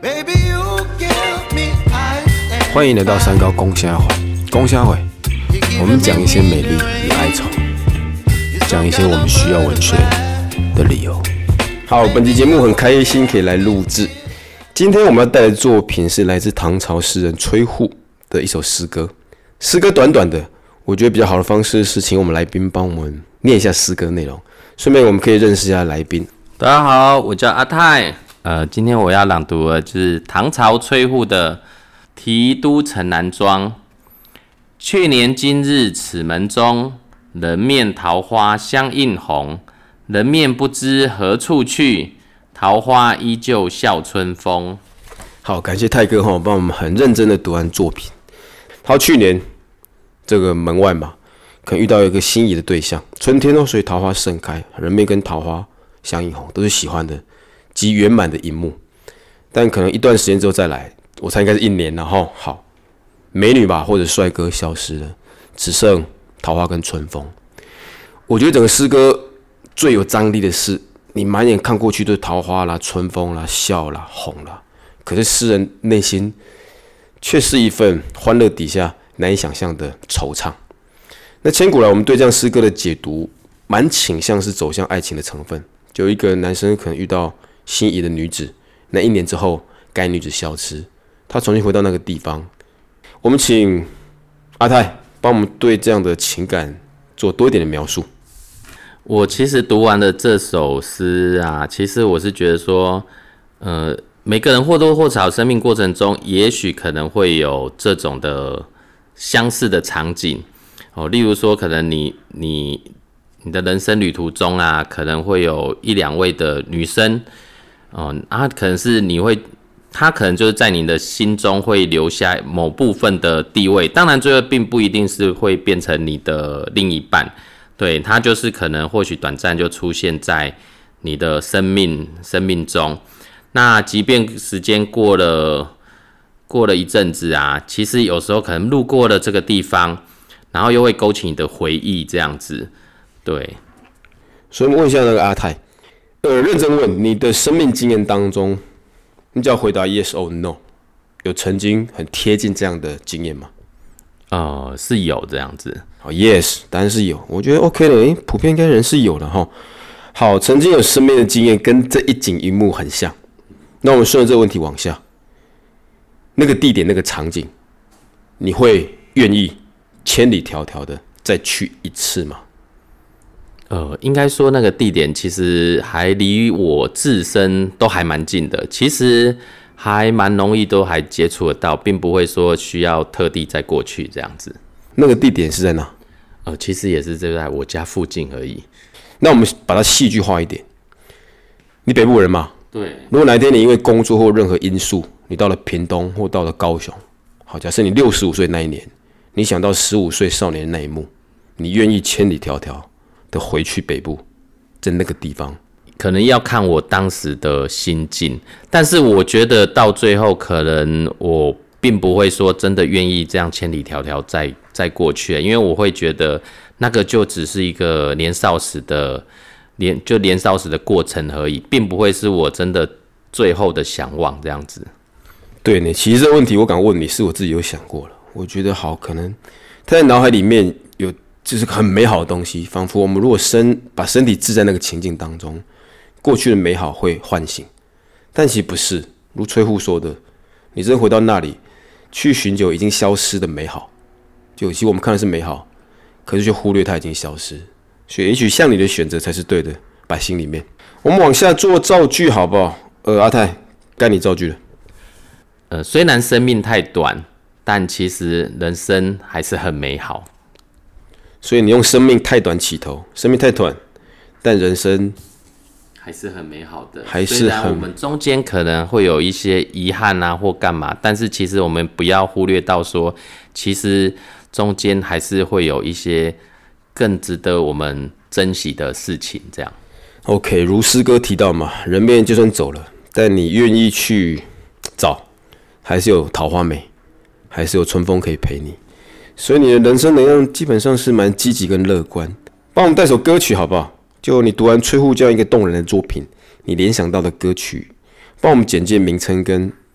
欢迎来到三高公虾会，公虾会，我们讲一些美丽与哀愁，讲一些我们需要文学的理由。好，本期节目很开心可以来录制。今天我们要带来的作品是来自唐朝诗人崔护的一首诗歌。诗歌短短的，我觉得比较好的方式是请我们来宾帮我们念一下诗歌内容，顺便我们可以认识一下来宾。 大家好，我叫阿泰。今天我要朗读的就是唐朝崔护的《题都城南庄》。去年今日此门中，人面桃花相映红。人面不知何处去，桃花依旧笑春风。 好，感谢泰哥帮我们很认真的读完作品。他去年这个门外嘛，可能遇到一个心仪的对象，春天所以桃花盛开，人面跟桃花相映红，都是喜欢的，极圆满的一幕。但可能一段时间之后再来，我猜应该是1年了哈。好，美女吧或者帅哥消失了，只剩桃花跟春风。我觉得整个诗歌最有张力的是，你满眼看过去都是桃花啦、春风啦、笑啦、红啦，可是诗人内心却是一份欢乐底下难以想象的惆怅。那千古来我们对这样诗歌的解读，蛮倾向是走向爱情的成分。就一个男生可能遇到心仪的女子，那1年之后，该女子消失，他重新回到那个地方。我们请阿泰帮我们对这样的情感做多一点的描述。 我其实读完了这首诗啊，其实我是觉得说，每个人或多或少生命过程中，也许可能会有这种的相似的场景哦，例如说，可能你的人生旅途中啊，可能会有1、2位的女生哦，可能是她可能就是在你的心中会留下某部分的地位，当然最后并不一定是会变成你的另一半。对，它就是可能或许短暂就出现在你的生命中。那即便时间过了一阵子啊，其实有时候可能路过了这个地方，然后又会勾起你的回忆，这样子。对， 所以我们问一下那个阿泰，认真问，你的生命经验当中，你只要回答 yes or no， 有曾经很贴近这样的经验吗？ 是有这样子。 好 ，yes， 当然是有。我觉得 OK 的，普遍应该人是有的哈。好，曾经有身边的经验跟这一景一幕很像。那我们顺着这个问题往下，那个地点、那个场景，你会愿意千里迢迢的再去一次吗？ 应该说那个地点其实还离我自身都还蛮近的，其实还蛮容易都还接触得到，并不会说需要特地再过去这样子。 那个地点是在哪？ 其实也是就在我家附近而已。 那我们把它戏剧化一点。你北部人嘛？ 对。 如果哪一天你因为工作或任何因素，你到了屏东或到了高雄，好，假设你65岁那一年，你想到15岁少年的那一幕，你愿意千里迢迢的回去北部，在那个地方？ 可能要看我当时的心境，但是我觉得到最后，可能我并不会说真的愿意这样千里迢迢再过去，因为我会觉得那个就只是一个年少时的过程而已，并不会是我真的最后的向往这样子。 对呢，其实这个问题我敢问你，是我自己有想过了。我觉得好，可能他在脑海里面有就是很美好的东西，仿佛我们如果把身体置在那个情境当中，过去的美好会唤醒。但其实不是，如崔护说的，你真回到那里去寻求已经消失的美好，就其实我们看的是美好，可是却忽略它已经消失。所以也许像你的选择才是对的，摆心里面。我们往下做造句好不好？阿泰，该你造句了。 虽然生命太短，但其实人生还是很美好。 所以你用生命太短起头，生命太短，但人生还是很美好的。 还是虽然我们中间可能会有一些遗憾啊或干嘛，但是其实我们不要忽略到说，其实中间还是会有一些更值得我们珍惜的事情。这样。 OK， 如诗歌提到嘛，人面就算走了，但你愿意去找，还是有桃花美，还是有春风可以陪你。所以你的人生能量基本上是蛮积极跟乐观。帮我们带首歌曲好不好？就你读完崔护这样一个动人的作品，你联想到的歌曲，帮我们简介名称跟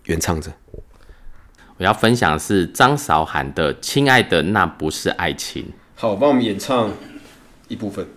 原唱者。 我要分享的是张韶涵的《亲爱的那不是爱情》。 好，帮我们演唱一部分。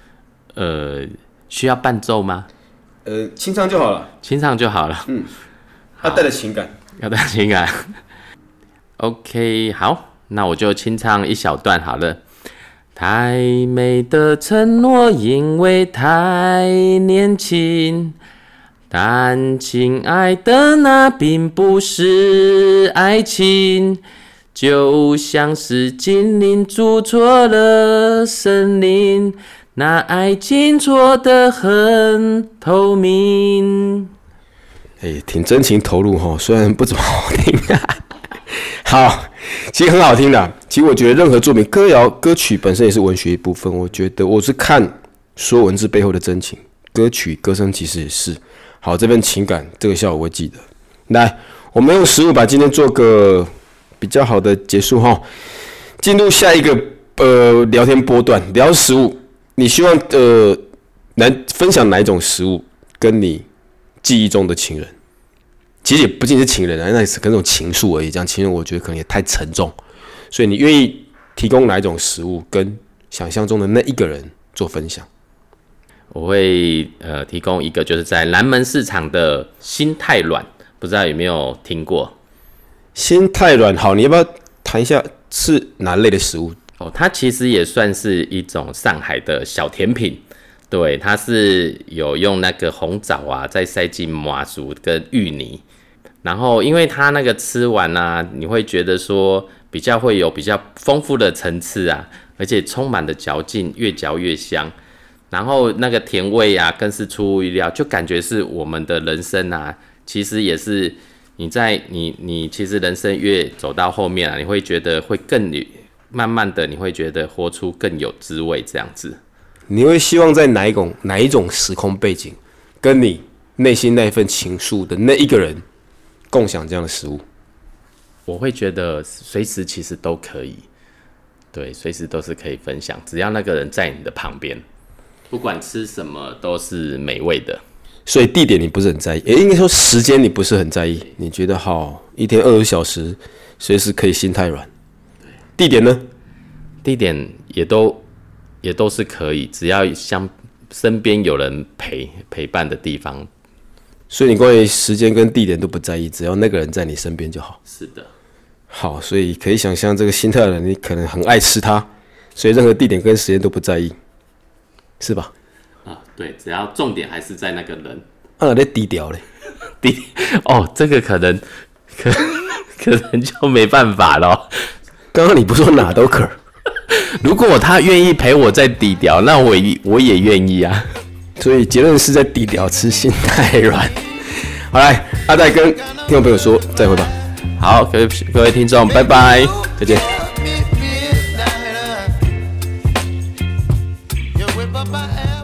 需要伴奏吗？ 清唱就好了。 清唱就好了。 要带着情感。 要带着情感。OK， 好，那我就清唱一小段好了。太美的承诺，因为太年轻。但亲爱的，那并不是爱情，就像是精灵住错了森林，那爱情错得很透明。 挺真情投入哈，虽然不怎么好听。好，其实很好听的。其实我觉得任何作品，歌谣、歌曲本身也是文学一部分。我觉得我是看所有文字背后的真情，歌曲、歌声其实也是。好，这份情感，这个笑我会记得。来，我们用食物把今天做个比较好的结束哈。进入下一个聊天波段，聊食物。你希望来分享哪一种食物跟你记忆中的情人？其实也不仅是情人啊，那是可能那种情愫而已。讲情人，我觉得可能也太沉重，所以你愿意提供哪一种食物跟想象中的那一个人做分享？ 我会提供一个，就是在南门市场的心太软，不知道有没有听过？ 心太软，好，你要不要谈一下是哪类的食物？ 它其实也算是一种上海的小甜品。对，它是有用那个红枣啊，再塞进麻薯跟芋泥，然后因为它那个吃完啊，你会觉得说会有比较丰富的层次啊，而且充满了嚼劲，越嚼越香。然后那个甜味啊，更是出乎意料，就感觉是我们的人生啊，其实也是你其实人生越走到后面啊，你会觉得会更慢慢的，你会觉得活出更有滋味这样子。 你会希望在哪一种时空背景，跟你内心那份情愫的那一个人共享这样的食物？ 我会觉得随时其实都可以，对，随时都是可以分享，只要那个人在你的旁边，不管吃什么都是美味的。 所以地点你不是很在意，应该说时间你不是很在意，你觉得好，一天20小时，随时可以心太软。地点呢？ 地点也都是可以，只要像身边有人陪伴的地方。 所以你关于时间跟地点都不在意，只要那个人在你身边就好。 是的。 好，所以可以想象这个心态的人，你可能很爱吃它，所以任何地点跟时间都不在意，是吧？ 对，只要重点还是在那个人。 在低调嘞。 这个可能就没办法咯。 刚刚你不说哪都可？ 如果他愿意陪我在低调，那我也愿意啊。 所以结论是在低调吃心太软。好，来，阿戴跟听众朋友说再会吧。 好，各位听众，拜拜， 再见。 You're with my